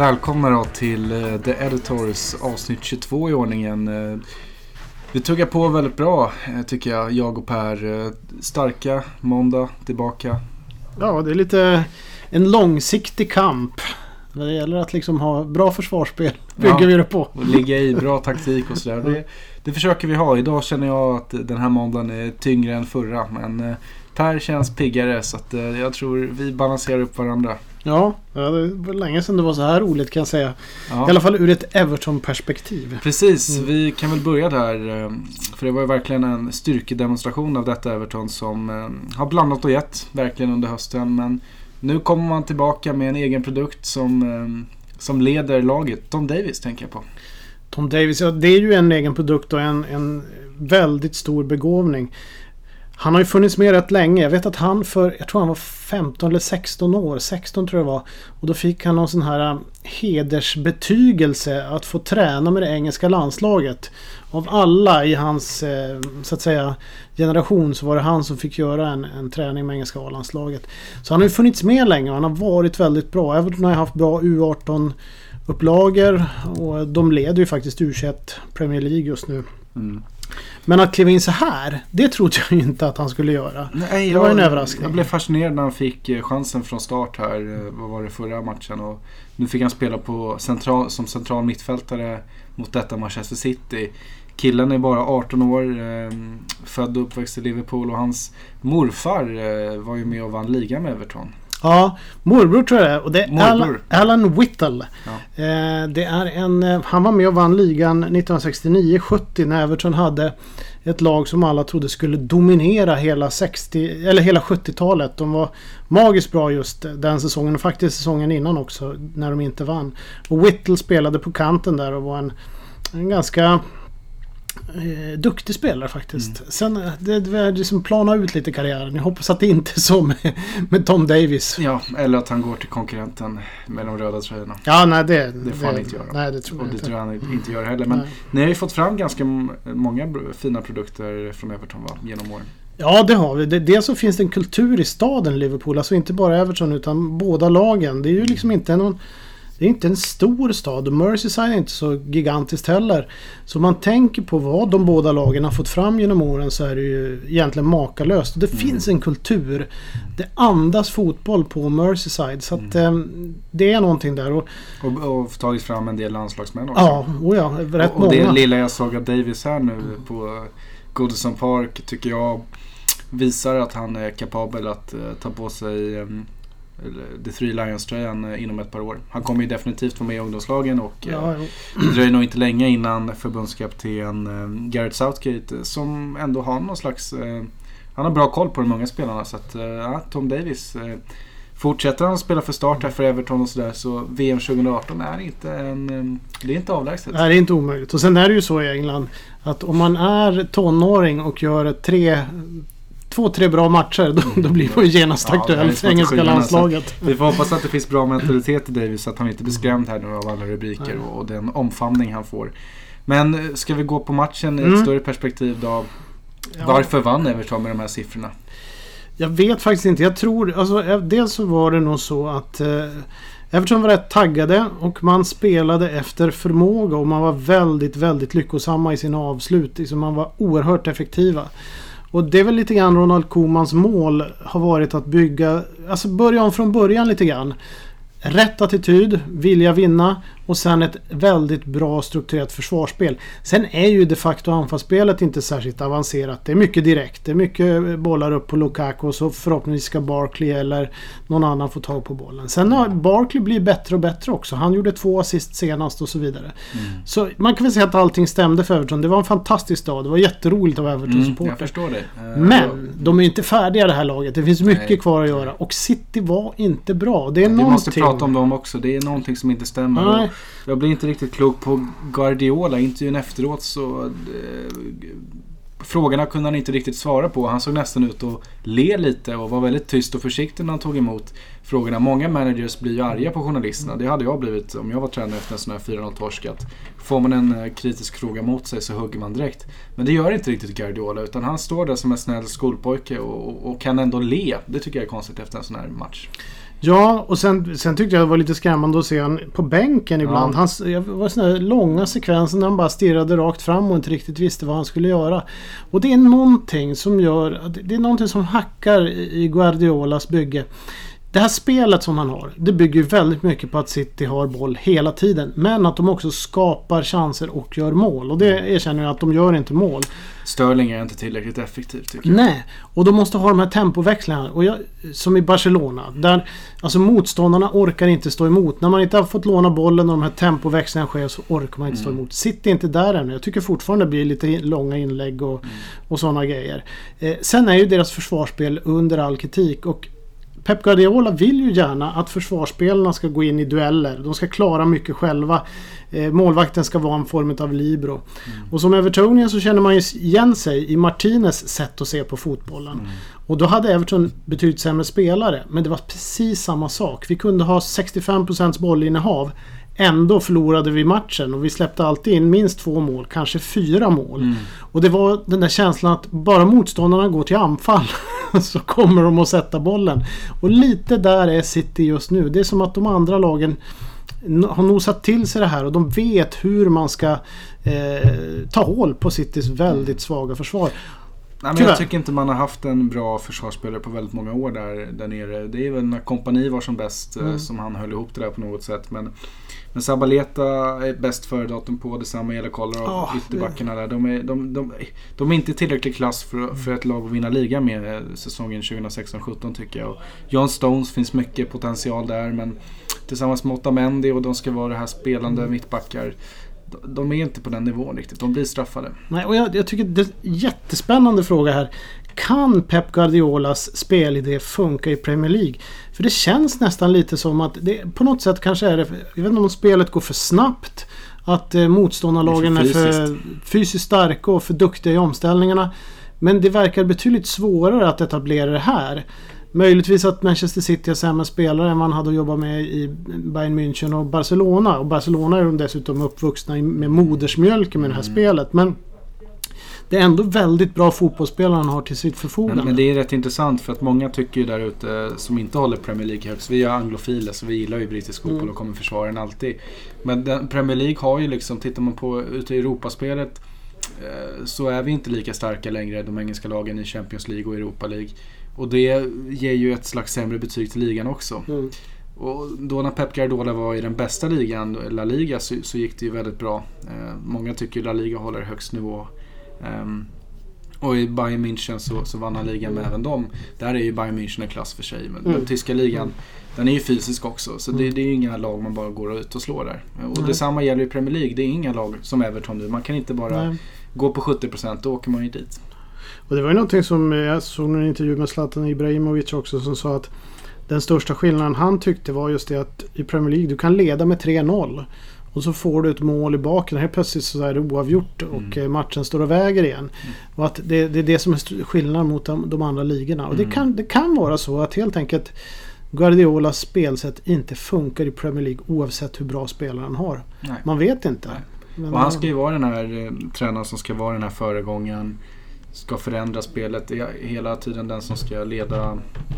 Välkomna då till The Editors avsnitt 22 i ordningen. Vi tuggar på väldigt bra tycker jag och Per. Starka, måndag, tillbaka. Ja, det är lite en långsiktig kamp. Det gäller att liksom ha bra försvarsspel. Bygger vi det på. Och ligga i bra taktik och sådär. Det försöker vi ha. Idag känner jag att den här måndagen är tyngre än förra. Men Per känns piggare så att jag tror vi balanserar upp varandra. Ja, det var länge sedan det var så här roligt kan jag säga. Ja. I alla fall ur ett Everton-perspektiv. Precis, vi kan väl börja där. För det var ju verkligen en styrkedemonstration av detta Everton som har blandat och gett verkligen under hösten. Men nu kommer man tillbaka med en egen produkt som leder laget. Tom Davies tänker jag på. Tom Davies, ja, det är ju en egen produkt och en väldigt stor begåvning. Han har ju funnits med rätt länge. Jag vet att jag tror han var 15 eller 16 år. 16 tror jag det var. Och då fick han någon sån här hedersbetygelse att få träna med det engelska landslaget. Av alla i hans så att säga generation så var det han som fick göra en träning med engelska A-landslaget. Så han har ju funnits med länge och han har varit väldigt bra. Everton har haft bra U18-upplagor och de leder ju faktiskt U21 Premier League just nu. Mm. Men att kliva in så här, det trodde jag inte att han skulle göra. Nej, det var en överraskning. Jag blev fascinerad när han fick chansen från start här. Vad var det förra matchen? Och nu fick han spela som central mittfältare mot detta Manchester City. Killen är bara 18 år, född och uppväxt i Liverpool. Och hans morfar var ju med och vann ligan med Everton. Ja, morbror tror jag det är. Och det är Alan Whittle. Ja. Han var med och vann ligan 1969-70 när Everton hade ett lag som alla trodde skulle dominera hela 70-talet. De var magiskt bra just den säsongen och faktiskt säsongen innan också när de inte vann. Och Whittle spelade på kanten där och var en ganska duktig spelare faktiskt. Sen det liksom plana ut lite karriären. Jag hoppas att det inte är så med Tom Davies. Ja, eller att han går till konkurrenten med de röda tröjorna. Ja, nej det får han inte göra. Nej, det tror jag inte. Och det tror jag han inte gör heller. Men ni har ju fått fram ganska många fina produkter från Everton genom åren. Ja, det har vi. Dels så finns det en kultur i staden Liverpool. Alltså inte bara Everton utan båda lagen. Det är ju liksom inte det är inte en stor stad och Merseyside är inte så gigantiskt heller. Så man tänker på vad de båda lagen har fått fram genom åren så är det ju egentligen makalöst. Det finns en kultur. Det andas fotboll på Merseyside så att det är någonting där. Och tagit fram en del landslagsmän också. Ja, rätt många. Och det lilla jag såg av Davies här nu på Goodison Park tycker jag visar att han är kapabel att ta på sig The Three Lions-tröjan inom ett par år. Han kommer ju definitivt vara med i ungdomslagen och det dröjer nog inte länge innan förbundskapten Gareth Southgate som ändå har någon slags han har bra koll på de unga spelarna så att Tom Davies fortsätter han spela för start här för Everton och sådär så VM 2018 är inte det är inte avlägset. Nej, det är inte omöjligt. Och sen är det ju så i England att om man är tonåring och gör 2-3 bra matcher då blir man ju genast aktuell för engelska landslaget. Vi får hoppas att det finns bra mentalitet i Davies så att han inte blir skrämd här nu av alla rubriker och den omfamning han får. Men ska vi gå på matchen i ett större perspektiv då? Varför vann Everton med de här siffrorna? Jag vet faktiskt inte. Jag tror, alltså, dels så var det nog så att Everton var rätt taggade och man spelade efter förmåga och man var väldigt, väldigt lyckosamma i sina avslut. Liksom man var oerhört effektiva. Och det är väl lite grann Ronald Koemans mål har varit att börja om från början lite grann. Rätt attityd, vilja vinna och sen ett väldigt bra strukturerat försvarsspel. Sen är ju de facto anfallsspelet inte särskilt avancerat. Det är mycket direkt. Det är mycket bollar upp på Lukaku och så förhoppningsvis ska Barkley eller någon annan få tag på bollen. Sen har Barkley blivit bättre och bättre också. Han gjorde 2 assist senast och så vidare. Så man kan väl säga att allting stämde för Everton. Det var en fantastisk dag. Det var jätteroligt av Everton-supporter. Jag förstår det. Men de är inte färdiga det här laget. Det finns mycket kvar att göra. Och City var inte bra. Det är vi måste prata om dem också. Det är någonting som inte stämmer. Jag blir inte riktigt klok på Guardiola. Intervjun efteråt så frågorna kunde han inte riktigt svara på. Han såg nästan ut att le lite och var väldigt tyst och försiktig när han tog emot frågorna. Många managers blir ju arga på journalisterna. Det hade jag blivit om jag var tränare efter en sån här 4-0-torsk. Får man en kritisk fråga mot sig så hugger man direkt. Men det gör inte riktigt Guardiola utan han står där som en snäll skolpojke och kan ändå le. Det tycker jag är konstigt efter en sån här match. Ja, och sen tyckte jag det var lite skrämmande att se han på bänken ibland. Det var sådana långa sekvenser när han bara stirrade rakt fram och inte riktigt visste vad han skulle göra. Och det är någonting som det är någonting som hackar i Guardiolas bygge. Det här spelet som han har, det bygger väldigt mycket på att City har boll hela tiden. Men att de också skapar chanser och gör mål. Och det erkänner jag att de gör inte mål. Sterling är inte tillräckligt effektiv tycker jag. Nej, och de måste ha de här tempoväxlingarna. Och som i Barcelona, där alltså motståndarna orkar inte stå emot. När man inte har fått låna bollen och de här tempoväxlingarna sker så orkar man inte stå emot. City inte där ännu. Jag tycker fortfarande det blir lite långa inlägg och sådana grejer. Sen är ju deras försvarsspel under all kritik och Pep Guardiola vill ju gärna att försvarsspelarna ska gå in i dueller. De ska klara mycket själva. Målvakten ska vara en form av libero. Och som Evertonian så känner man ju igen sig i Martinez sätt att se på fotbollen. Och då hade Everton betydligt sämre spelare. Men det var precis samma sak. Vi kunde ha 65% bollinnehav. Ändå förlorade vi matchen och vi släppte alltid in minst 2 mål, kanske 4 mål. Och det var den där känslan att bara motståndarna går till anfall så kommer de att sätta bollen. Och lite där är City just nu. Det är som att de andra lagen har nosat till sig det här och de vet hur man ska ta hål på Citys väldigt svaga försvar. Nej, men jag tycker inte man har haft en bra försvarsspelare på väldigt många år där nere. Det är väl när Kompani var som bäst som han höll ihop det där på något sätt. Men Zabaleta är bäst före datum på. Detsamma gäller Kolar och ytterbackarna där. De är inte tillräcklig klass för ett lag att vinna liga med säsongen 2016-17 tycker jag. Och John Stones finns mycket potential där, men tillsammans med Otamendi och de ska vara det här spelande mittbackar. De är inte på den nivån riktigt. De blir straffade. Nej, och jag tycker det är en jättespännande fråga här. Kan Pep Guardiolas spelidé funka i Premier League? För det känns nästan lite som att det på något sätt kanske är det, jag vet inte om spelet går för snabbt, att motståndarlagen är för fysiskt starka och för duktiga i omställningarna. Men det verkar betydligt svårare att etablera det här. Möjligtvis att Manchester City har sämre spelare än man hade att jobba med i Bayern München och Barcelona. Och Barcelona är de dessutom uppvuxna med modersmjölken med det här spelet. Men det är ändå väldigt bra fotbollsspelare han har till sitt förfogande. Men det är rätt intressant för att många tycker ju där ute som inte håller Premier League högst. Vi är anglofiler så vi gillar ju brittisk fotboll och kommer försvara den alltid. Men Premier League har ju liksom, tittar man på ute i Europaspelet så är vi inte lika starka längre, de engelska lagen i Champions League och Europa League. Och det ger ju ett slags sämre betyg till ligan också. Och då när Pep Guardiola var i den bästa ligan, La Liga, så gick det ju väldigt bra. Många tycker La Liga håller högst nivå. Och i Bayern München så vann han ligan med även dem. Där är ju Bayern München en klass för sig. Men den tyska ligan, den är ju fysisk också. Så det är ju inga lag man bara går ut och slår där. Och detsamma gäller i Premier League. Det är inga lag som Everton nu. Man kan inte bara gå på 70%, då åker man ju dit. Och det var ju någonting som jag såg en intervju med Zlatan Ibrahimovic också, som sa att den största skillnaden han tyckte var just det att i Premier League du kan leda med 3-0 och så får du ett mål i baken. Helt plötsligt så är det oavgjort och matchen står och väger igen. Och att det är det som är skillnaden mot de andra ligorna. Och det kan vara så att helt enkelt Guardiolas spelsätt inte funkar i Premier League oavsett hur bra spelaren har. Nej. Man vet inte. Och han ska ju vara den här tränaren som ska vara den här föregångaren, ska förändra spelet. Det är hela tiden den som ska leda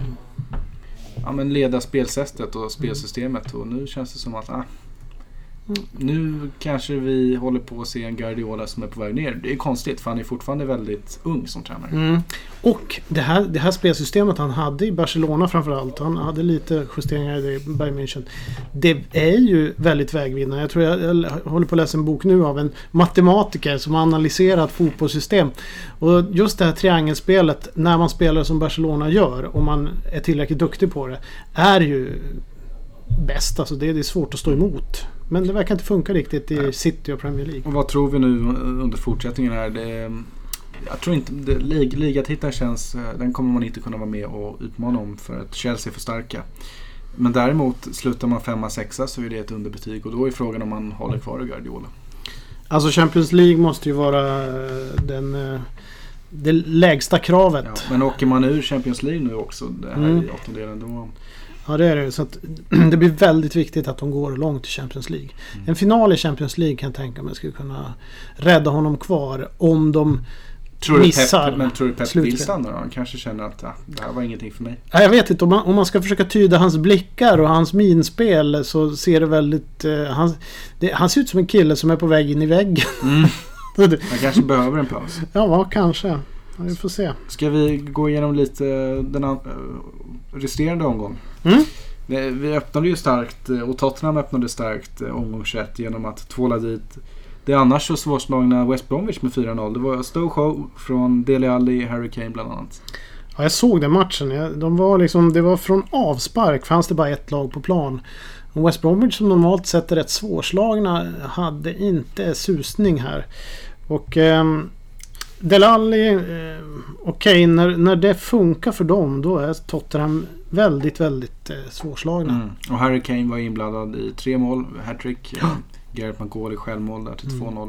spelsättet och spelsystemet. Och nu känns det som att nu kanske vi håller på att se en Guardiola som är på väg ner. Det är konstigt för han är fortfarande väldigt ung som tränare. Och det här spelsystemet han hade i Barcelona framförallt, han hade lite justeringar i Bayern München. Det är ju väldigt vägvinnande. Jag tror jag håller på att läsa en bok nu av en matematiker som har analyserat fotbollssystem. Och just det här triangelspelet, när man spelar som Barcelona gör, om man är tillräckligt duktig på det, är ju bäst. Alltså det är svårt att stå emot. Men det verkar inte funka riktigt i City och Premier League. Och vad tror vi nu under fortsättningen här? Jag tror inte ligatiteln känns, den kommer man inte kunna vara med och utmana om för att Chelsea är för starka. Men däremot slutar man 5-6 så är det ett underbetyg och då är frågan om man håller kvar i Guardiola. Alltså Champions League måste ju vara det lägsta kravet. Ja, men åker man ur Champions League nu också det här i åttondelen då... Ja, det är det. Så att det blir väldigt viktigt att de går långt i Champions League. En final i Champions League kan jag tänka mig skulle kunna rädda honom kvar om de missar. Tror du Pep vill stanna då? Han kanske känner att det här var ingenting för mig. Jag vet inte, om man ska försöka tyda hans blickar och hans minspel så ser det väldigt... Han ser ut som en kille som är på väg in i väggen. Han kanske behöver en paus. Ja, kanske. Ja, vi får se. Ska vi gå igenom lite den resterande omgång? Vi öppnade ju starkt och Tottenham öppnade starkt omgång 21 genom att tvåla dit det annars så svårslagna West Bromwich med 4-0. Det var Stoke från Dele Alli, Harry Kane bland annat. Ja, jag såg den matchen. Det var från avspark. Fanns det bara ett lag på plan. Och West Bromwich som normalt sett är rätt svårslagna hade inte susning här. Och Dele Alli och Kane, när det funkar för dem, då är Tottenham väldigt, väldigt svårslagna. Och Harry Kane var inblandad i 3 mål, hattrick. Gareth McAuley självmål där till 2-0.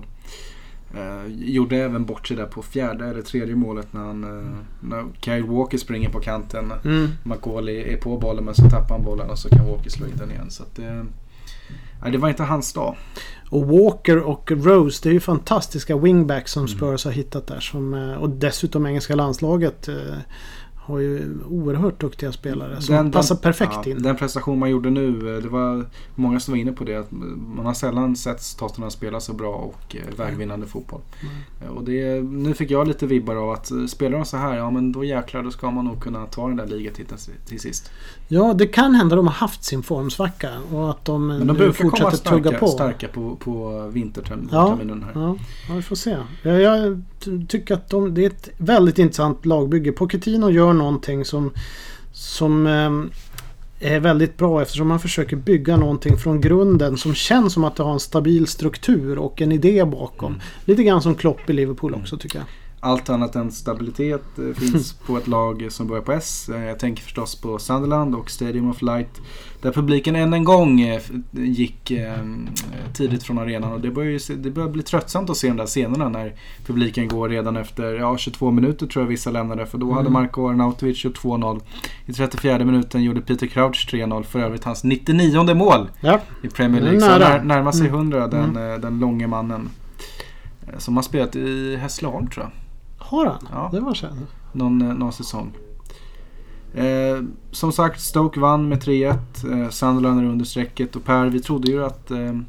Gjorde även bort sig där på 4:e eller 3:e målet när Kyle Walker springer på kanten. McAuley är på bollen men så tappar han bollen och så kan Walker slå in den igen. Så att det var inte hans dag. Och Walker och Rose, det är ju fantastiska wingbacks som Spurs har hittat där. Och dessutom engelska landslaget har ju oerhört duktiga spelare som passar perfekt in. Den prestation man gjorde nu, det var många som var inne på det, att man har sällan sett Tottenham spela så bra och vägvinnande fotboll. Och nu fick jag lite vibbar av att spelar de så här, ja men då jäklar, då ska man nog kunna ta den där ligatiteln till sist. Ja, det kan hända de har haft sin formsvacka och att de nu fortsätter tugga på. Starka på vinterterminen här. Ja, vi får se. Jag tycker att det är ett väldigt intressant lagbygge. Pochettino gör någonting som är väldigt bra eftersom man försöker bygga någonting från grunden som känns som att det har en stabil struktur och en idé bakom. Lite grann som Klopp i Liverpool också tycker jag. Allt annat än stabilitet finns på ett lag som börjar på S. Jag tänker förstås på Sunderland och Stadium of Light där publiken än en gång gick tidigt från arenan och det börjar bli tröttsamt att se de där scenerna när publiken går redan efter 22 minuter tror jag vissa lämnade, för då hade Marko Arnautovic gjort 2-0. I 34 minuten gjorde Peter Crouch 3-0, för övrigt hans 99:e mål i Premier League. Så närmar sig 100 den långa mannen som har spelat i Hässleholm tror jag. Har han? Ja. Det var sen. Någon säsong. Som sagt, Stoke vann med 3-1. Sunderland är under strecket. Och Per, vi trodde ju att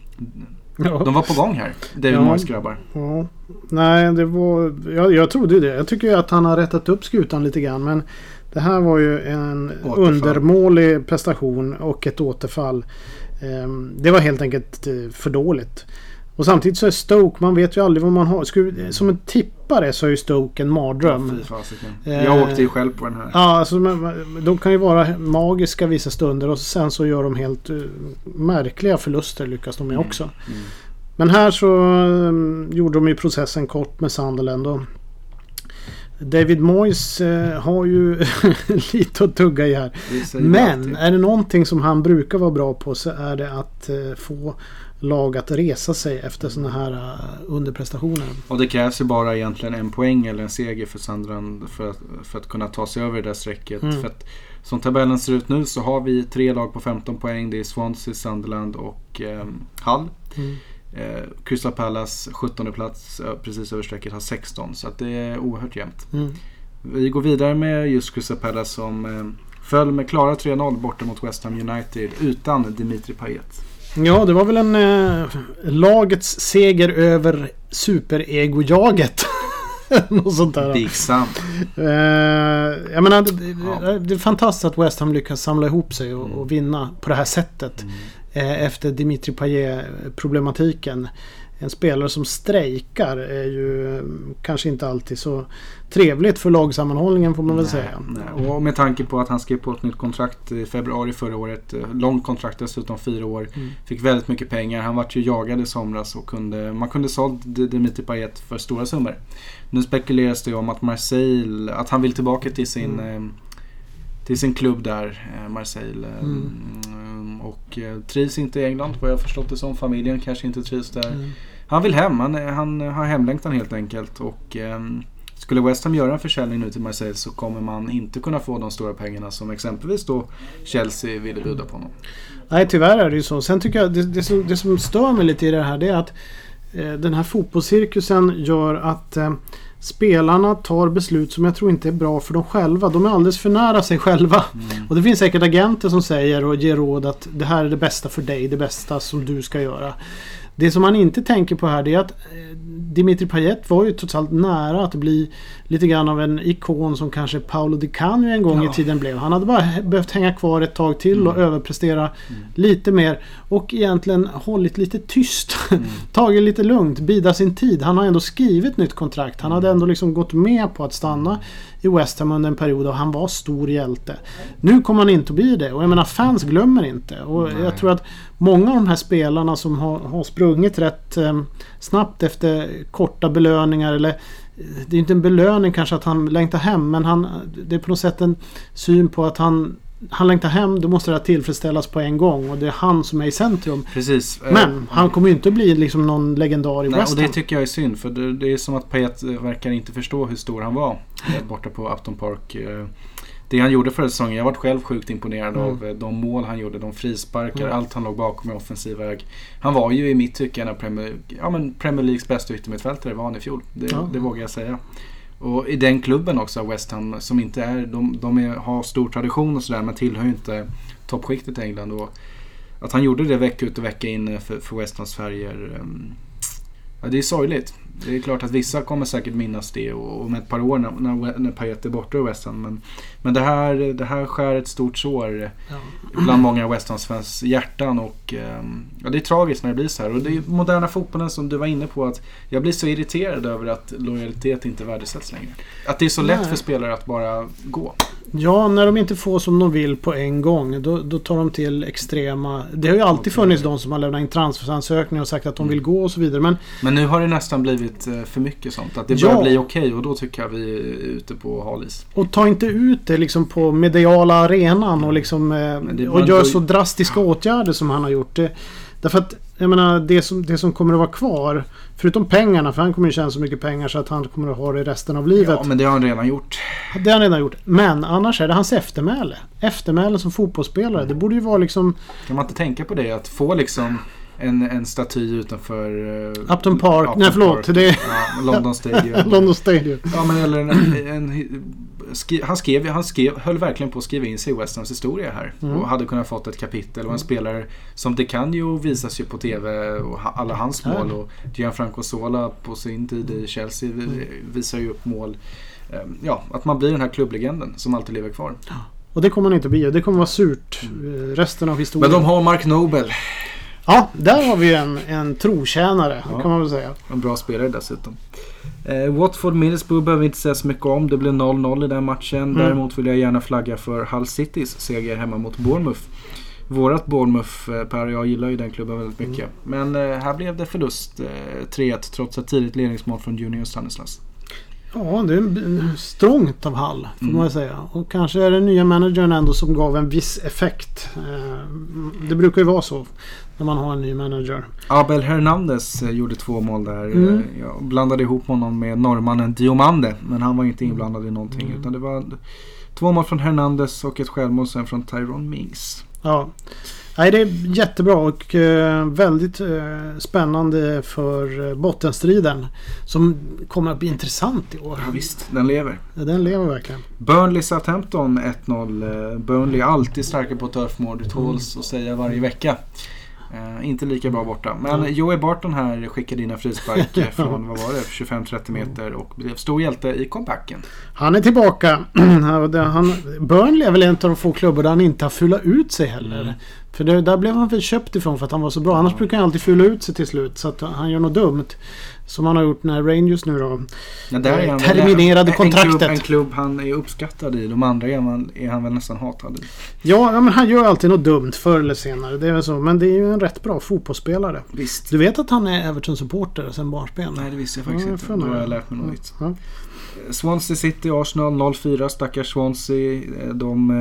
de var på gång här. David Moyes grabbar. Ja. Nej, det var... Jag trodde det. Jag tycker ju att han har rättat upp skutan lite grann. Men det här var ju en undermålig prestation och ett återfall. Det var helt enkelt för dåligt. Och samtidigt så är Stoke, man vet ju aldrig vad man har. Som en tippare så är ju Stoke en mardröm. Jag åkte ju själv på den här. Ja, alltså, de kan ju vara magiska vissa stunder och sen så gör de helt märkliga förluster, lyckas de med också. Men här så gjorde de ju processen kort med Sunderland och David Moyes har ju lite att tugga i här. Men är det någonting som han brukar vara bra på så är det att få lag att resa sig efter såna här underprestationer. Och det krävs ju bara egentligen en poäng eller en seger för Sunderland för att kunna ta sig över det där strecket. För att som tabellen ser ut nu så har vi 3 lag på 15 poäng. Det är Swansea, Sunderland och Hull. Crystal Palace 17:e plats precis över strecket har 16, så att det är oerhört jämnt. Vi går vidare med just Crystal Palace som föll med klara 3-0 borta mot West Ham United utan Dimitri Payet. Ja, det var väl en lagets seger över superego-jaget. Något sånt där. Big Sam. Jag menar, det är fantastiskt att West Ham lyckas samla ihop sig och vinna på det här sättet. Efter Dimitri Payet-problematiken. En spelare som strejkar är ju kanske inte alltid så trevligt för lagsammanhållningen, får man väl säga. Nej. Och med tanke på att han skrev på ett nytt kontrakt i februari förra året, långt kontrakt dessutom 4 år, fick väldigt mycket pengar. Han var ju jagad i somras och man kunde sålt Dimitri Payet för stora summor. Nu spekuleras det om att Marseille, att han vill tillbaka till sin klubb där, Marseille. Och trivs inte i England, vad jag förstått det som. Familjen kanske inte trivs där. Han vill hem, han har hemlängtan helt enkelt. Och skulle West Ham göra en försäljning nu till Marseille så kommer man inte kunna få de stora pengarna som exempelvis då Chelsea ville bjuda på honom. Nej, tyvärr är det ju så. Sen tycker jag det som stör mig lite i det här, det är att den här fotbollscirkusen gör att spelarna tar beslut som jag tror inte är bra för dem själva. De är alldeles för nära sig själva. Och det finns säkert agenter som säger och ger råd att det här är det bästa för dig, det bästa som du ska göra. Det som man inte tänker på här, det är att Dimitri Payet var ju trots allt nära att bli lite grann av en ikon som kanske Paolo Di Canio en gång i tiden blev. Han hade bara behövt hänga kvar ett tag till och överprestera lite mer och egentligen hållit lite tyst. Tagit lite lugnt, bida sin tid. Han har ändå skrivit nytt kontrakt. Han hade ändå liksom gått med på att stanna i West Ham under en period och han var stor hjälte. Nu kommer han inte att bli det och jag menar fans glömmer inte och jag tror att många av de här spelarna som har sprungit rätt snabbt efter korta belöningar eller det är inte en belöning kanske att han längtar hem men det är på något sätt en syn på att han längtar hem, då måste det tillfredsställas på en gång och det är han som är i centrum. Precis. Men han kommer ju inte att bli liksom någon legendar i West Ham. Och det tycker jag är synd för det är som att Payet verkar inte förstå hur stor han var borta på Upton Park. Det han gjorde förra säsongen, jag var själv sjukt imponerad av de mål han gjorde, de frisparkar, allt han låg bakom i offensiv väg. Han var ju i mitt tycke en av Premier Leagues bästa yttermittfältare var han i fjol. Det vågar jag säga. Och i den klubben också, West Ham, som inte är, har stor tradition och sådär, men tillhör ju inte toppskiktet i England. Och att han gjorde det vecka ut och vecka in för West Hams färger, det är sorgligt. Det är klart att vissa kommer säkert minnas det och om ett par år när Payet är borta i West Ham. Men det här skär ett stort sår bland många West Hams hjärtan och det är tragiskt när det blir så här. Och det är moderna fotbollen som du var inne på att jag blir så irriterad över att lojalitet inte värdesätts längre. Att det är så lätt för spelare att bara gå. Ja, när de inte får som de vill på en gång då tar de till extrema. Det har ju alltid funnits de som har lämnat in transferansökningar och sagt att de vill gå och så vidare. Men nu har det nästan blivit för mycket sånt. Att det börjar bli okej och då tycker jag vi är ute på halis. Och ta inte ut det liksom på mediala arenan och liksom och gör så drastiska åtgärder som han har gjort. Därför att jag menar, det som kommer att vara kvar förutom pengarna, för han kommer ju tjäna så mycket pengar så att han kommer att ha det resten av livet. Ja, men det har han redan gjort. Det har han redan gjort. Men annars är det hans eftermäle som fotbollsspelare. Det borde ju vara liksom... Kan man inte tänka på det? Att få liksom en staty utanför Upton Park. Nej, förlåt. Det är London Stadium. London Stadium. Ja, men eller han höll verkligen på att skriva in sig i West Hams historia här. Och hade kunnat fått ett kapitel. Och en spelare som det kan ju visas ju på tv och alla hans mål. Och Gianfranco Zola på sin tid i Chelsea visar ju upp mål. Att man blir den här klubblegenden som alltid lever kvar. Och det kommer man inte bli. Det kommer vara surt resten av historien. Men de har Mark Noble. Ja, där har vi en trotjänare, kan man väl säga. En bra spelare dessutom. Watford Middlesbrough behöver vi inte säga så mycket om. Det blev 0-0 i den matchen. Däremot vill jag gärna flagga för Hull Citys seger hemma mot Bournemouth. Vårat Bournemouth, Per, jag gillar ju den klubben väldigt mycket. Men här blev det förlust 3-1 trots ett tidigt ledningsmål från Junior Stanislas. Ja, det är strångt av Hull, får man säga. Och kanske är det nya managern ändå som gav en viss effekt. Det brukar ju vara så när man har en ny manager. Abel Hernandez gjorde 2 mål där. Jag blandade ihop honom med norrmannen Diomande, men han var inte inblandad i någonting. Utan det var 2 mål från Hernandez och ett självmål sen från Tyrone Mings. Ja. Nej, det är jättebra och väldigt spännande för bottenstriden som kommer att bli intressant i år. Ja, visst, den lever. Ja, den lever verkligen. Burnley Southampton 1-0. Burnley är alltid starka på turfmål, det tåls att säga varje vecka. Inte lika bra borta. Men Joey Barton här skickade in en frispark från 25-30 meter och blev stor hjälte i comebacken. Han är tillbaka. Burnley är väl en av de få klubbar där han inte har fyllt ut sig heller. För där blev han väl köpt ifrån för att han var så bra. Annars brukar han alltid fylla ut sig till slut. Så att han gör något dumt. Som han har gjort när Rangers nu då. Ja, där är han terminerade kontraktet. En klubb han är uppskattad i. De andra är han väl nästan hatad i. Ja, men han gör alltid något dumt förr eller senare. Det är väl så. Men det är ju en rätt bra fotbollsspelare. Visst. Du vet att han är Everton-supporter sen barnsben? Nej, det visste jag faktiskt inte. Då har jag lärt mig något. Ja. Swansea City, Arsenal 0-4. Stackars Swansea.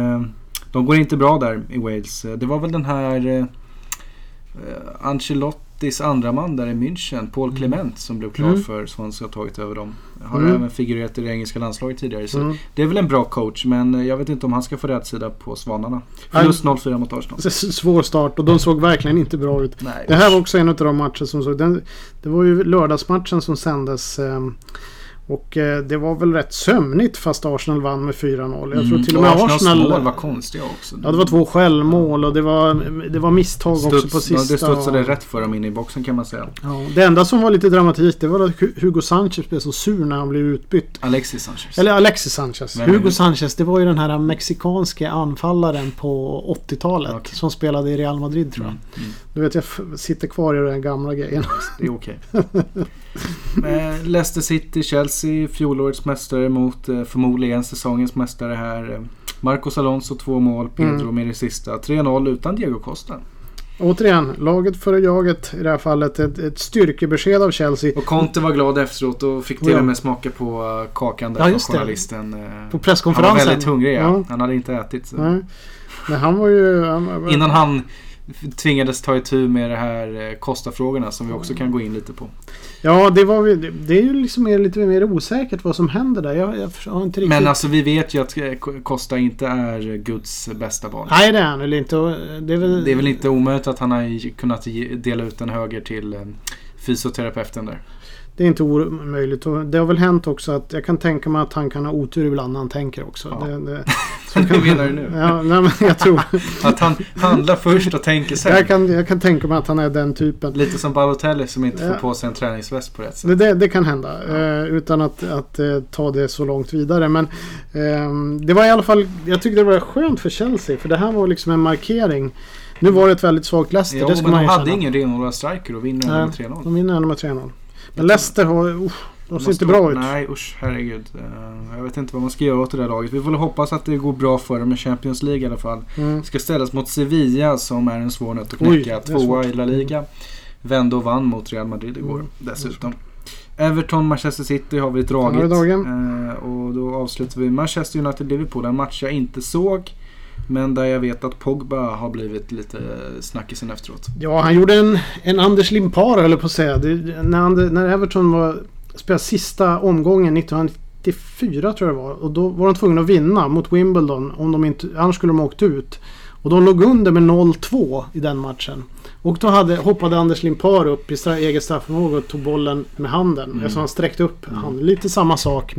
De går inte bra där i Wales. Det var väl den här Citys andra man där i München, Paul Clement, som blev klar för Swansea och tagit över dem. Har även figurerat i det engelska landslaget tidigare. Så det är väl en bra coach, men jag vet inte om han ska få rätt sida på Svanarna. Förlust 0-4 mot Arsenal. Svår start och de såg verkligen inte bra ut. Nej, det här var också en av de matcher som såg... Det var ju lördagsmatchen som sändes... Och det var väl rätt sömnigt fast Arsenal vann med 4-0. Jag tror till och med Arsenal mål var konstiga också. Ja, det var 2 självmål och det var misstag också på sista. Det studsade rätt för dem in i boxen kan man säga. Ja, det enda som var lite dramatik, det var att Hugo Sanchez blev så sur när han blev utbytt. Alexis Sanchez. Hugo Sanchez, det var ju den här mexikanska anfallaren på 80-talet som spelade i Real Madrid tror jag. Du vet, jag sitter kvar i den gamla grejen. Det är okej. Leicester City, Chelsea, fjolårets mästare mot förmodligen säsongens mästare här. Marcos Alonso 2 mål, Pedro med det sista. 3-0 utan Diego Costa. Återigen, laget före jaget i det här fallet. Ett styrkebesked av Chelsea. Och Conte var glad efteråt och fick till och med smaka på kakan där från journalisten. På presskonferensen. Han var väldigt hungrig, han hade inte ätit. Så. Nej. Men han var ju... Innan han tvingades ta itu med det här Costa-frågorna som vi också kan gå in lite på. Ja, det är ju liksom lite mer osäkert vad som händer där. Jag har inte riktigt... Men alltså vi vet ju att Costa inte är Guds bästa barn. Nej, det är han väl inte. Det är väl inte omöjligt att han har kunnat dela ut en höger till fysioterapeuten där. Det är inte omöjligt. Och det har väl hänt också att jag kan tänka mig att han kan ha otur ibland när han tänker också. Ja. Vad menar du nu? Ja, nej, men jag tror... att han handlar först och tänker sen. Jag kan tänka mig att han är den typen. Lite som Balotelli som inte får på sig en träningsväst på rätt sätt. Det kan hända. Utan att ta det så långt vidare. Men det var i alla fall... Jag tyckte det var skönt för Chelsea. För det här var liksom en markering. Nu var det ett väldigt svagt Leicester. Ja, men de hade ingen renodlad striker och vinner med 3-0. De vinner med 3-0. Men Leicester har... de ser inte bra ut. Nej, herregud. Jag vet inte vad man ska göra åt det där laget. Vi får hoppas att det går bra för dem med Champions League i alla fall. Ska ställas mot Sevilla som är en svår nöt att knäcka. 2:a i La Liga. Vände och vann mot Real Madrid igår dessutom. Everton, Manchester City har vi dragit. Och då avslutar vi Manchester United-Liverpool. En match jag inte såg. Men där jag vet att Pogba har blivit lite snackisen efteråt. Ja, han gjorde en Anders Limpar, eller på att säga. När Everton spelade sista omgången 1994 tror jag det var. Och då var de tvungna att vinna mot Wimbledon. Annars skulle de ha åkt ut. Och de låg under med 0-2 i den matchen. Och då hoppade Anders Limpar upp i eget straffområde och tog bollen med handen. Alltså han sträckte upp handen. Lite samma sak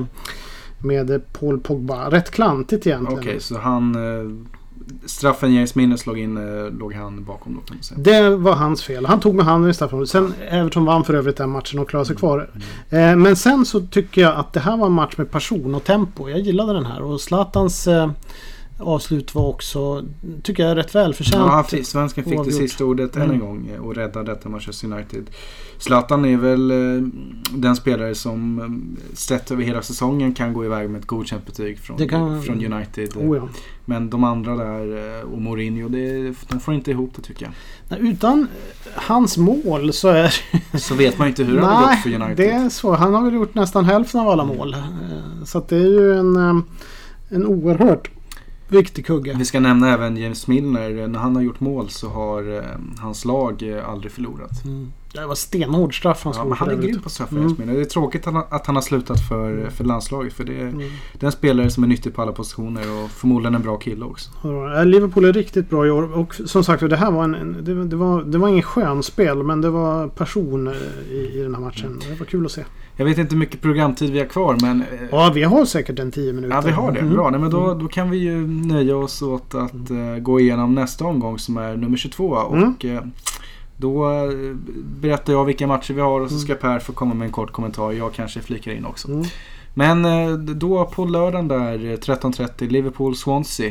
med Paul Pogba. Rätt klantigt egentligen. Okej, så straffen James Minnes låg han bakom då, kan man säga. Det var hans fel. Han tog med handen i straffområdet. Sen Everton vann för övrigt den matchen och klarade sig kvar. Men sen så tycker jag att det här var en match med passion och tempo. Jag gillade den här. Och Zlatans avslut var också, tycker jag, rätt välförtjänt. Ja, svensken fick det sista ordet än en gång och räddade detta Manchester United. Zlatan är väl den spelare som sett över hela säsongen kan gå iväg med ett godkänt betyg från United. Ja. Men de andra där och Mourinho, de får inte ihop det tycker jag. Nej, utan hans mål så vet man inte hur det har gått för United. Det är så. Han har väl gjort nästan hälften av alla mål. Så att det är ju en oerhört viktig kugge. Vi ska nämna även James Milner. När han har gjort mål så har hans lag aldrig förlorat. Det var stenhård straff han slog. Men han är grym på straffar. Det är tråkigt att han har slutat för landslaget. För det är en spelare som är nyttig på alla positioner och förmodligen en bra kille också. Liverpool är riktigt bra i år. Och som sagt, det här var det var ingen skön spel, men det var passion i den här matchen. Det var kul att se. Jag vet inte hur mycket programtid vi har kvar, men... Ja, vi har säkert en 10 minuter. Ja, vi har det. Bra. Nej, men då kan vi ju nöja oss åt att gå igenom nästa omgång som är nummer 22. Och då berättar jag vilka matcher vi har och så ska Per få komma med en kort kommentar. Jag kanske flikar in också. Men då på lördagen där 13:30 Liverpool-Swansea.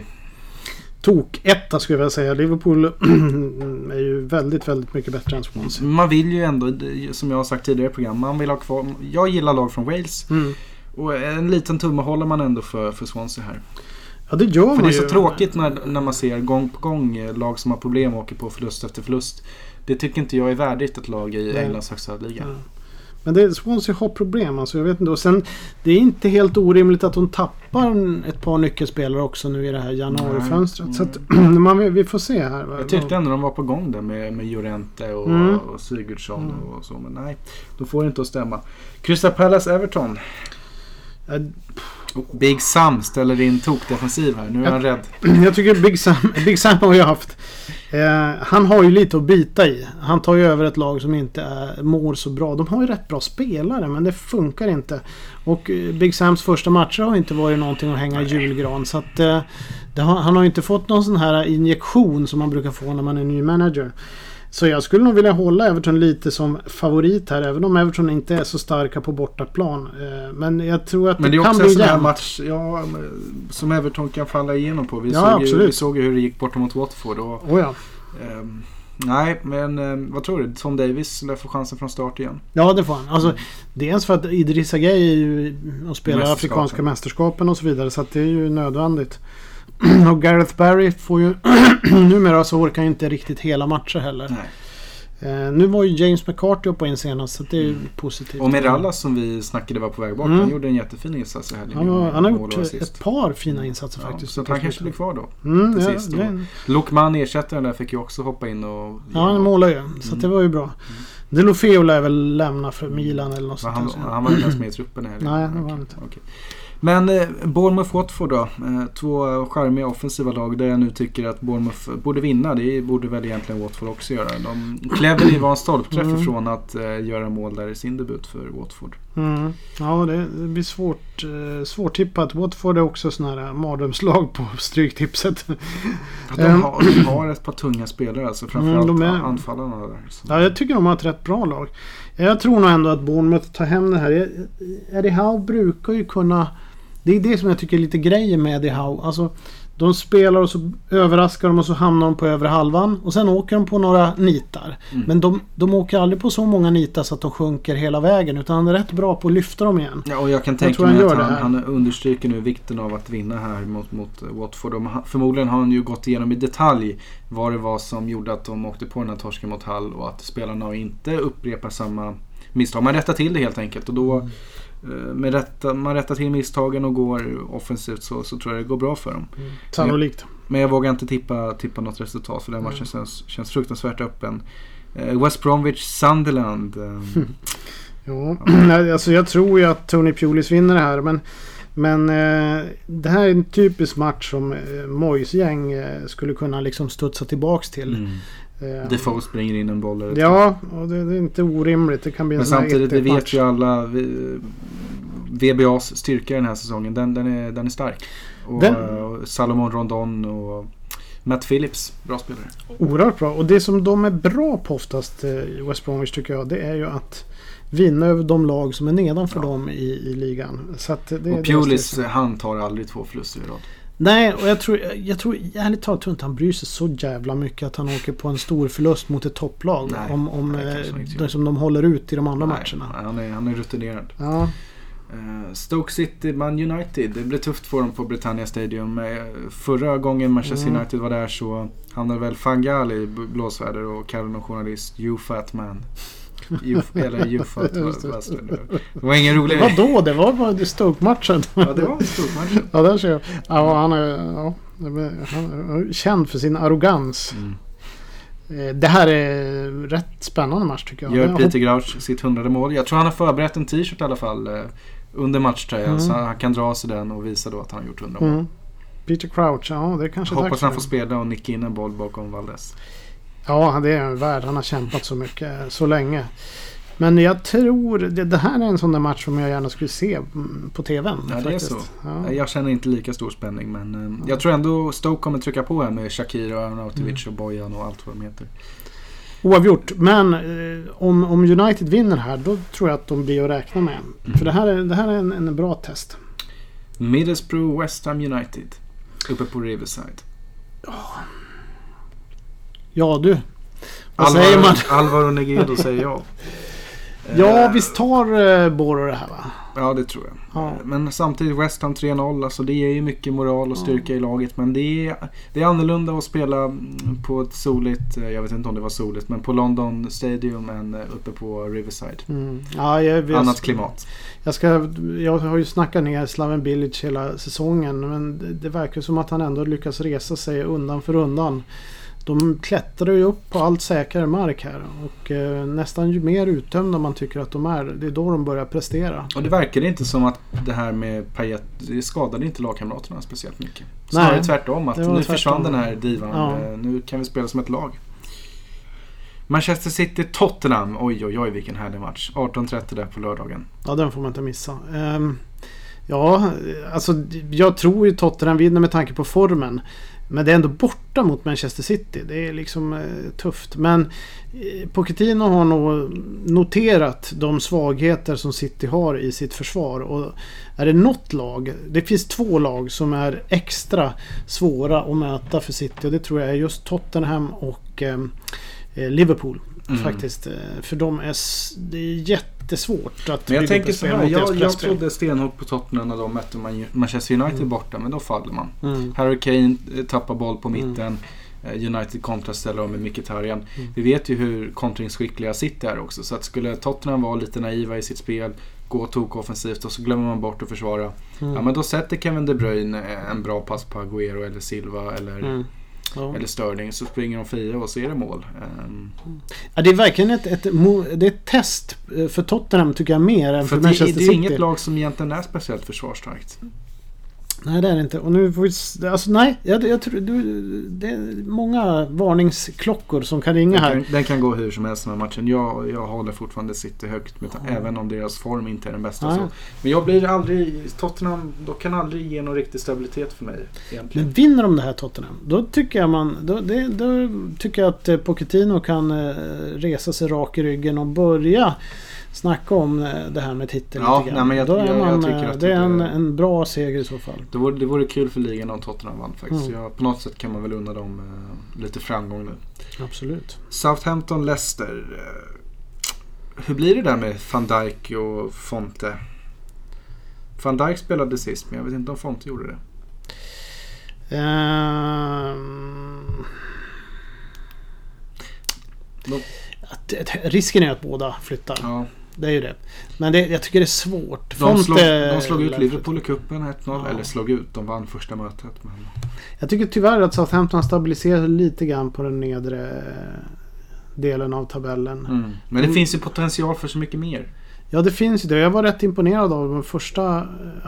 Etta skulle jag vilja säga. Liverpool är ju väldigt, väldigt mycket bättre än Swansea. Man vill ju ändå, som jag har sagt tidigare i program, man vill ha kvar. Jag gillar lag från Wales. Och en liten tumme håller man ändå för Swansea här. Ja, det gör man. För det är så tråkigt när man ser gång på gång lag som har problem och åker på förlust efter förlust. Det tycker inte jag är värdigt ett lag i Englands högsta liga. Men Swansea har problem, alltså jag vet inte. Och sen, det är inte helt orimligt att de tappar ett par nyckelspelare också nu i det här januarifönstret. Så att, vi får se här. Jag tyckte ändå de var på gång där med Llorente och Sigurdsson och så, men nej, då får det inte att stämma. Crystal Palace Everton. Big Sam ställer in tokdefensiv här. Nu är han rädd. Jag tycker Big Sam har ju haft... han har ju lite att bita i. Han tar ju över ett lag som inte mår så bra. De har ju rätt bra spelare, men det funkar inte. Och Big Sams första matcher har inte varit någonting att hänga i julgran. Så att, han har ju inte fått någon sån här injektion som man brukar få när man är ny manager. Så jag skulle nog vilja hålla Everton lite som favorit här, även om Everton inte är så starka på bortaplan. Men jag tror att det kan bli jämnt. Men det är också en match som Everton kan falla igenom på. Vi såg ju hur det gick borta mot Watford. Nej, men vad tror du? Tom Davies lär få chansen från start igen. Ja, det får han. Alltså, dels för att Idrissa Gueye är ju och spelar afrikanska mästerskapen och så vidare, så att det är ju nödvändigt. Och Gareth Barry får ju numera så orkar inte riktigt hela matcher heller. Nu var ju James McCarthy på in senast, så det är ju positivt. Och Mirallas som vi snackade var på väg bort, han gjorde en jättefin insats i helgen. Han har gjort ett par fina insatser faktiskt. Så att han kanske blir kvar då. Lokman ersättaren där fick ju också hoppa in och... Ja, han målar ju, så det var ju bra. Delofeo lär väl lämna för Milan eller något sånt. Han var inte ens med i truppen här. Nej, det var han inte. Okay. Men Bournemouth Watford då, två charmiga offensiva lag där jag nu tycker att Bournemouth borde vinna. Det borde väl egentligen Watford också göra. Cleverly var en stolpträff ifrån att göra mål där i sin debut för Watford. Ja, det blir svårtippat. Watford är också sån här mardrömslag på stryktipset. De har ett par tunga spelare, alltså framförallt anfallarna där. Så. Ja, jag tycker de har ett rätt bra lag. Jag tror nog ändå att Bournemouth tar hem det här. Eddie Howe brukar ju kunna... Det är det som jag tycker är lite grejer med Eddie Howe. Alltså, de spelar och så överraskar de och så hamnar de på övre halvan. Och sen åker de på några nitar. Men de åker aldrig på så många nitar så att de sjunker hela vägen. Utan han är rätt bra på att lyfta dem igen. Ja, och jag kan tänka mig att han understryker nu vikten av att vinna här mot Watford. Förmodligen har han ju gått igenom i detalj vad det var som gjorde att de åkte på den här torsken mot Hull. Och att spelarna inte upprepar samma misstag. Man rättar till det helt enkelt. Och då... man rättar till misstagen och går offensivt så tror jag det går bra för dem. Sannolikt. Men jag vågar inte tippa något resultat för den matchen känns fruktansvärt öppen. West Bromwich Sunderland. Alltså jag tror ju att Tony Pulis vinner det här, men det här är en typisk match som Moyes gäng skulle kunna liksom studsa tillbaks till. Defoe springer in en boll. Ja, och det är inte orimligt. Det kan bli en. Men samtidigt, det vet ju alla, VBAs styrka den här säsongen. Den är stark. Och Salomon Rondon och Matt Phillips, bra spelare. Oerhört bra. Och det som de är bra på oftast i West Bromwich tycker jag, det är ju att vinna över de lag som är nedanför dem i ligan. Så att och Pulis, han tar aldrig 2 förluster i rad. Nej, och jag tror ärligt talat tror inte han bryr sig så jävla mycket att han åker på en stor förlust mot ett topplag. Nej, som de håller ut i de andra matcherna. Han är rutinerad. Ja. Stoke City, Man United. Det blev tufft för dem på Britannia Stadium. Förra gången Manchester United var där så hamnade väl Fangal i blåsväder och kallade någon journalist You Fat Man. You Fat Bastard. Det var ingen rolig. Vadå? Det var bara Stoke-matchen. Ja, det var Stoke-matchen. Ja, där ser jag. Ja, han är känd för sin arrogans. Det här är rätt spännande match tycker jag. Gör Peter Crouch sitt 100:e mål. Jag tror han har förberett en t-shirt i alla fall under matchtröjan så han kan dra sig den och visa då att han har gjort 100 mål. Peter Crouch, ja det är kanske hoppas han får spela och nicka in en boll bakom Valdes. Ja, det är en värld. Han har kämpat så mycket, så länge. Men jag tror det här är en sån där match som jag gärna skulle se på tvn. Ja, det faktiskt. Är så. Ja. Jag känner inte lika stor spänning, men jag tror ändå Stoke kommer trycka på här med Shakira och Arnautovic och Bojan och allt vad de heter. Oavgjort. Men om United vinner här, då tror jag att de blir att räkna med. För det här är en bra test. Middlesbrough West Ham United uppe på Riverside. Ja du. Vad säger man? Alvaro Negredo säger jag. Ja, visst tar Boro det här va? Ja, det tror jag. Ja. Men samtidigt West Ham 3-0, alltså det är ju mycket moral och styrka i laget. Men det är annorlunda att spela på ett soligt, jag vet inte om det var soligt, men på London Stadium än uppe på Riverside. Ja, annat klimat. Jag har ju snackat ner Slaven Bilic hela säsongen, men det verkar som att han ändå lyckas resa sig undan för undan. De klättrar ju upp på allt säkrare mark här och nästan ju mer uttömda man tycker att de är, det är då de börjar prestera. Och det verkar inte som att det här med Payet, det skadade inte lagkamraterna speciellt mycket. Snarare tvärtom, att nu försvann den här divan. Ja. Nu kan vi spela som ett lag. Manchester City Tottenham, oj vilken härlig match. 18:30 där på lördagen. Ja, den får man inte missa. Ja, alltså jag tror ju Tottenham vinner med tanke på formen. Men det är ändå borta mot Manchester City. Det är liksom tufft. Men Pochettino har nog noterat de svagheter som City har i sitt försvar. Och är det något lag, det finns 2 lag som är extra svåra att möta för City. Och det tror jag är just Tottenham och Liverpool. Faktiskt. För det är jättesvårt att... Men jag tänker så här, jag trodde stenhårt på Tottenham när de mötte Manchester United borta, men då faller man. Harry Kane tappar boll på mitten. United kontraställer med Mkhitaryan. Vi vet ju hur kontringsskickliga City är också, så att skulle Tottenham vara lite naiva i sitt spel, gå tok offensivt och så glömmer man bort att försvara. Ja, men då sätter Kevin De Bruyne en bra pass på Agüero eller Silva eller Sterling, så springer de fria och så är det mål. Ja, det är verkligen ett test för Tottenham tycker jag mer än för Manchester City. Det är inget lag som egentligen är speciellt försvarsstarkt. Nej, det är det inte. Och nu får vi, alltså nej, jag tror det är många varningsklockor som kan ringa här. Den kan gå hur som helst den här matchen. Jag håller fortfarande City högt även om deras form inte är den bästa. Så. Men jag blir aldrig Tottenham, då kan aldrig ge någon riktig stabilitet för mig egentligen. Men vinner de det här Tottenham, då tycker jag att Pochettino kan resa sig rak i ryggen och börja snacka om det här med titeln. Ja, nej, men jag tycker att det är en bra seger i så fall. Det vore kul för ligan om Tottenham vann faktiskt. På något sätt kan man väl unna dem lite framgång nu. Absolut. Southampton Leicester. Hur blir det där med Van Dijk och Fonte? Van Dijk spelade sist, men jag vet inte om Fonte gjorde det. Risken är att båda flyttar. Ja. Det är ju det. Men jag tycker det är svårt. De slog ut Liverpool i cupen 1-0. Eller slog ut, de vann första mötet. Men... Jag tycker tyvärr att Southampton stabiliserar lite grann på den nedre delen av tabellen. Men det finns ju potential för så mycket mer. Ja, det finns ju det. Jag var rätt imponerad av den första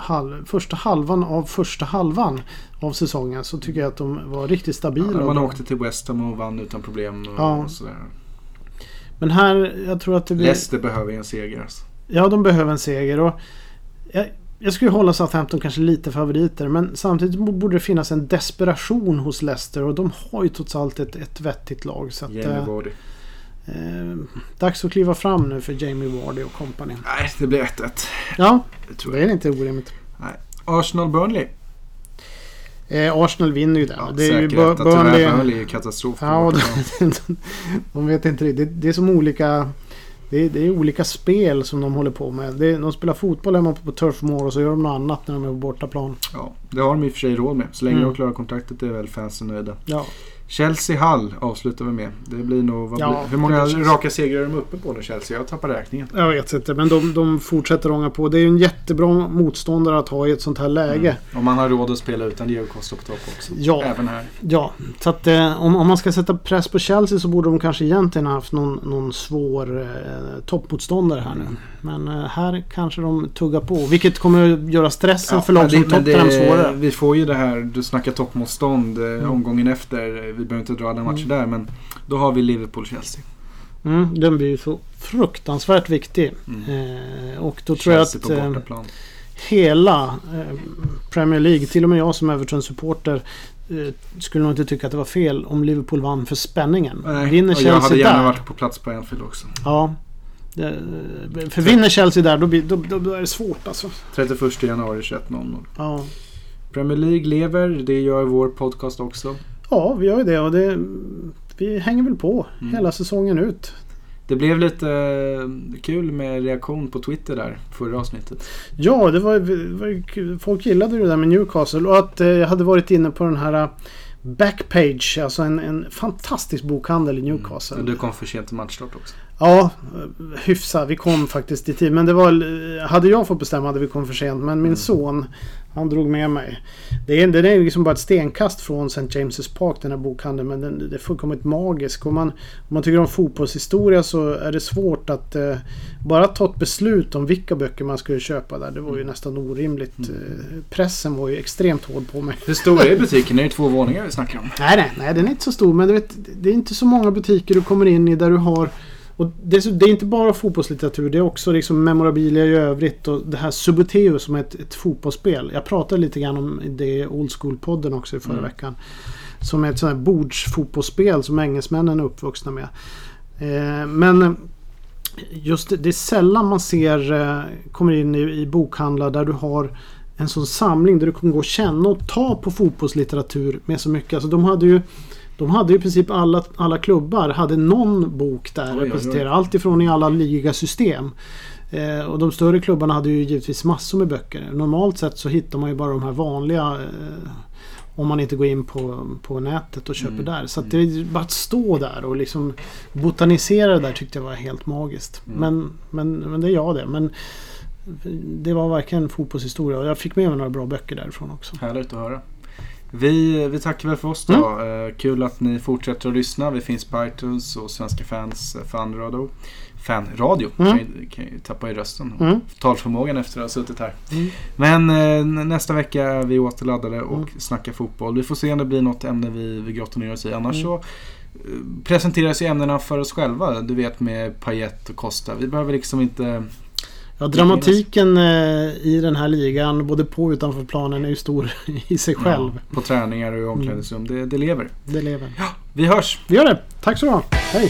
halvan av säsongen. Så tycker jag att de var riktigt stabila. Ja, man åkte till West Ham och vann utan problem och sådär. Men här, jag tror att det blir... Leicester behöver en seger alltså. Ja, de behöver en seger. Och jag skulle hålla Southampton kanske lite favoriter. Men samtidigt borde det finnas en desperation hos Leicester. Och de har ju trots allt ett vettigt lag. Så att, dags att kliva fram nu för Jamie Vardy och company. Nej, det blir 1-1. Ja, det är inte orimligt. Nej. Arsenal-Burnley. Arsenal vinner ju den. Ja, det är ju Burnley är katastrof. Ja, de vet inte riktigt. Det är som olika... Det är olika spel som de håller på med. De spelar fotboll hemma på Turf Moor och så gör de något annat när de är på bortaplan. Ja, det har de i och för sig råd med. Så länge de klarar kontraktet är väl fansen nöjda. Ja. Chelsea-Hull avslutar vi med. Det blir nog... hur många raka segrar är de uppe på nu, Chelsea? Jag tappar räkningen. Jag vet inte, men de fortsätter ånga på. Det är ju en jättebra motståndare att ha i ett sånt här läge. Om man har råd att spela utan Diego Costa på topp också. Ja. Även här. Ja, så att om man ska sätta press på Chelsea så borde de kanske egentligen ha haft någon svår toppmotståndare här nu. Men här kanske de tuggar på. Vilket kommer att göra stressen för lag som Tottenham svårare. Vi får ju det här, du snackar toppmotstånd omgången efter. Vi behöver inte dra alla matcher där, men då har vi Liverpool-Chelsea. Den blir ju så fruktansvärt viktig. Och då tror jag att hela Premier League, till och med jag som Everton-supporter, skulle nog inte tycka att det var fel om Liverpool vann för spänningen. Nej, vinner Chelsea jag hade gärna varit på plats på Anfield också. Ja. För vinner Chelsea där, då är det svårt alltså. 31 januari 21:00. Ja. Premier League lever, det gör vår podcast också. Ja, vi gör ju det och vi hänger väl på hela säsongen ut. Det blev lite kul med reaktion på Twitter där förra avsnittet. Ja, det var folk gillade det där med Newcastle och att jag hade varit inne på den här Backpage, alltså en fantastisk bokhandel i Newcastle. Du kom för sent till matchstart också. Ja, hyfsat. Vi kom faktiskt i tid. Men det var, hade jag fått bestämma hade vi kom för sent. Men min son, han drog med mig. Det är liksom bara ett stenkast från St. James's Park, den här bokhandeln. Men det är fullkomligt magisk. Om man tycker om fotbollshistoria så är det svårt att bara ta ett beslut om vilka böcker man skulle köpa där. Det var ju nästan orimligt. Pressen var ju extremt hård på mig. Hur stor är butiken? Är det 2 våningar vi snackar om? Nej, den är inte så stor. Men du vet, det är inte så många butiker du kommer in i där du har... Och det är inte bara fotbollslitteratur, det är också liksom memorabilia i övrigt och det här Subbuteo som är ett fotbollsspel. Jag pratade lite grann om det i Old School-podden också i förra veckan. Som är ett sånt här bordsfotbollsspel som engelsmännen är uppvuxna med. Men just det är sällan man kommer in i bokhandlar där du har en sån samling där du kan gå och känna och ta på fotbollslitteratur med så mycket. Alltså de hade ju i princip alla klubbar hade någon bok där representerad. Allt ifrån i alla ligasystem. Och de större klubbarna hade ju givetvis massor med böcker. Normalt sett så hittar man ju bara de här vanliga om man inte går in på nätet och köper där. Så att det är bara att stå där och liksom botanisera där tyckte jag var helt magiskt. Men det är jag det. Men det var verkligen fotbollshistoria och jag fick med mig några bra böcker därifrån också. Härligt att höra. Vi tackar väl för oss då. Kul att ni fortsätter att lyssna. Vi finns på iTunes och Svenska Fans fanradio. Kan ju tappa i rösten. Talförmågan efter att ha suttit här. Men nästa vecka är vi återladdade och snackar fotboll. Vi får se om det blir något ämne vi grottar ner oss i. Annars så presenteras ju ämnena för oss själva. Du vet med Payet och Costa. Vi behöver liksom inte... Ja, dramatiken i den här ligan både på och utanför planen är ju stor i sig själv. Ja, på träningar och omklädningsrum. Det lever. Det lever. Ja, vi hörs. Vi gör det. Tack så mycket. Hej.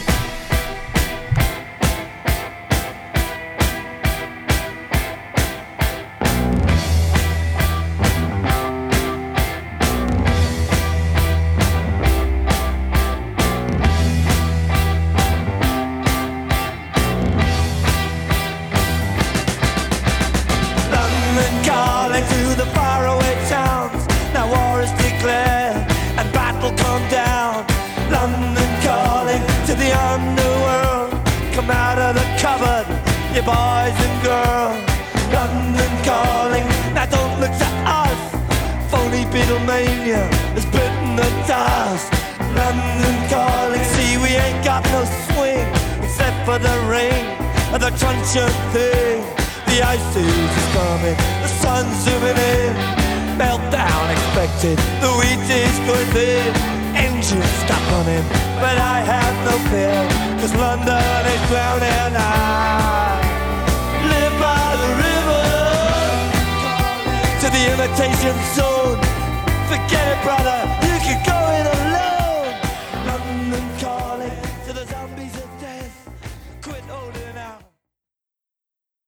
Thing. The ice is coming, the sun's zooming in, meltdown expected, the wheat is going thin, engines stop running, but I have no fear, cause London is drowning. I live by the river, to the imitation zone, forget it brother,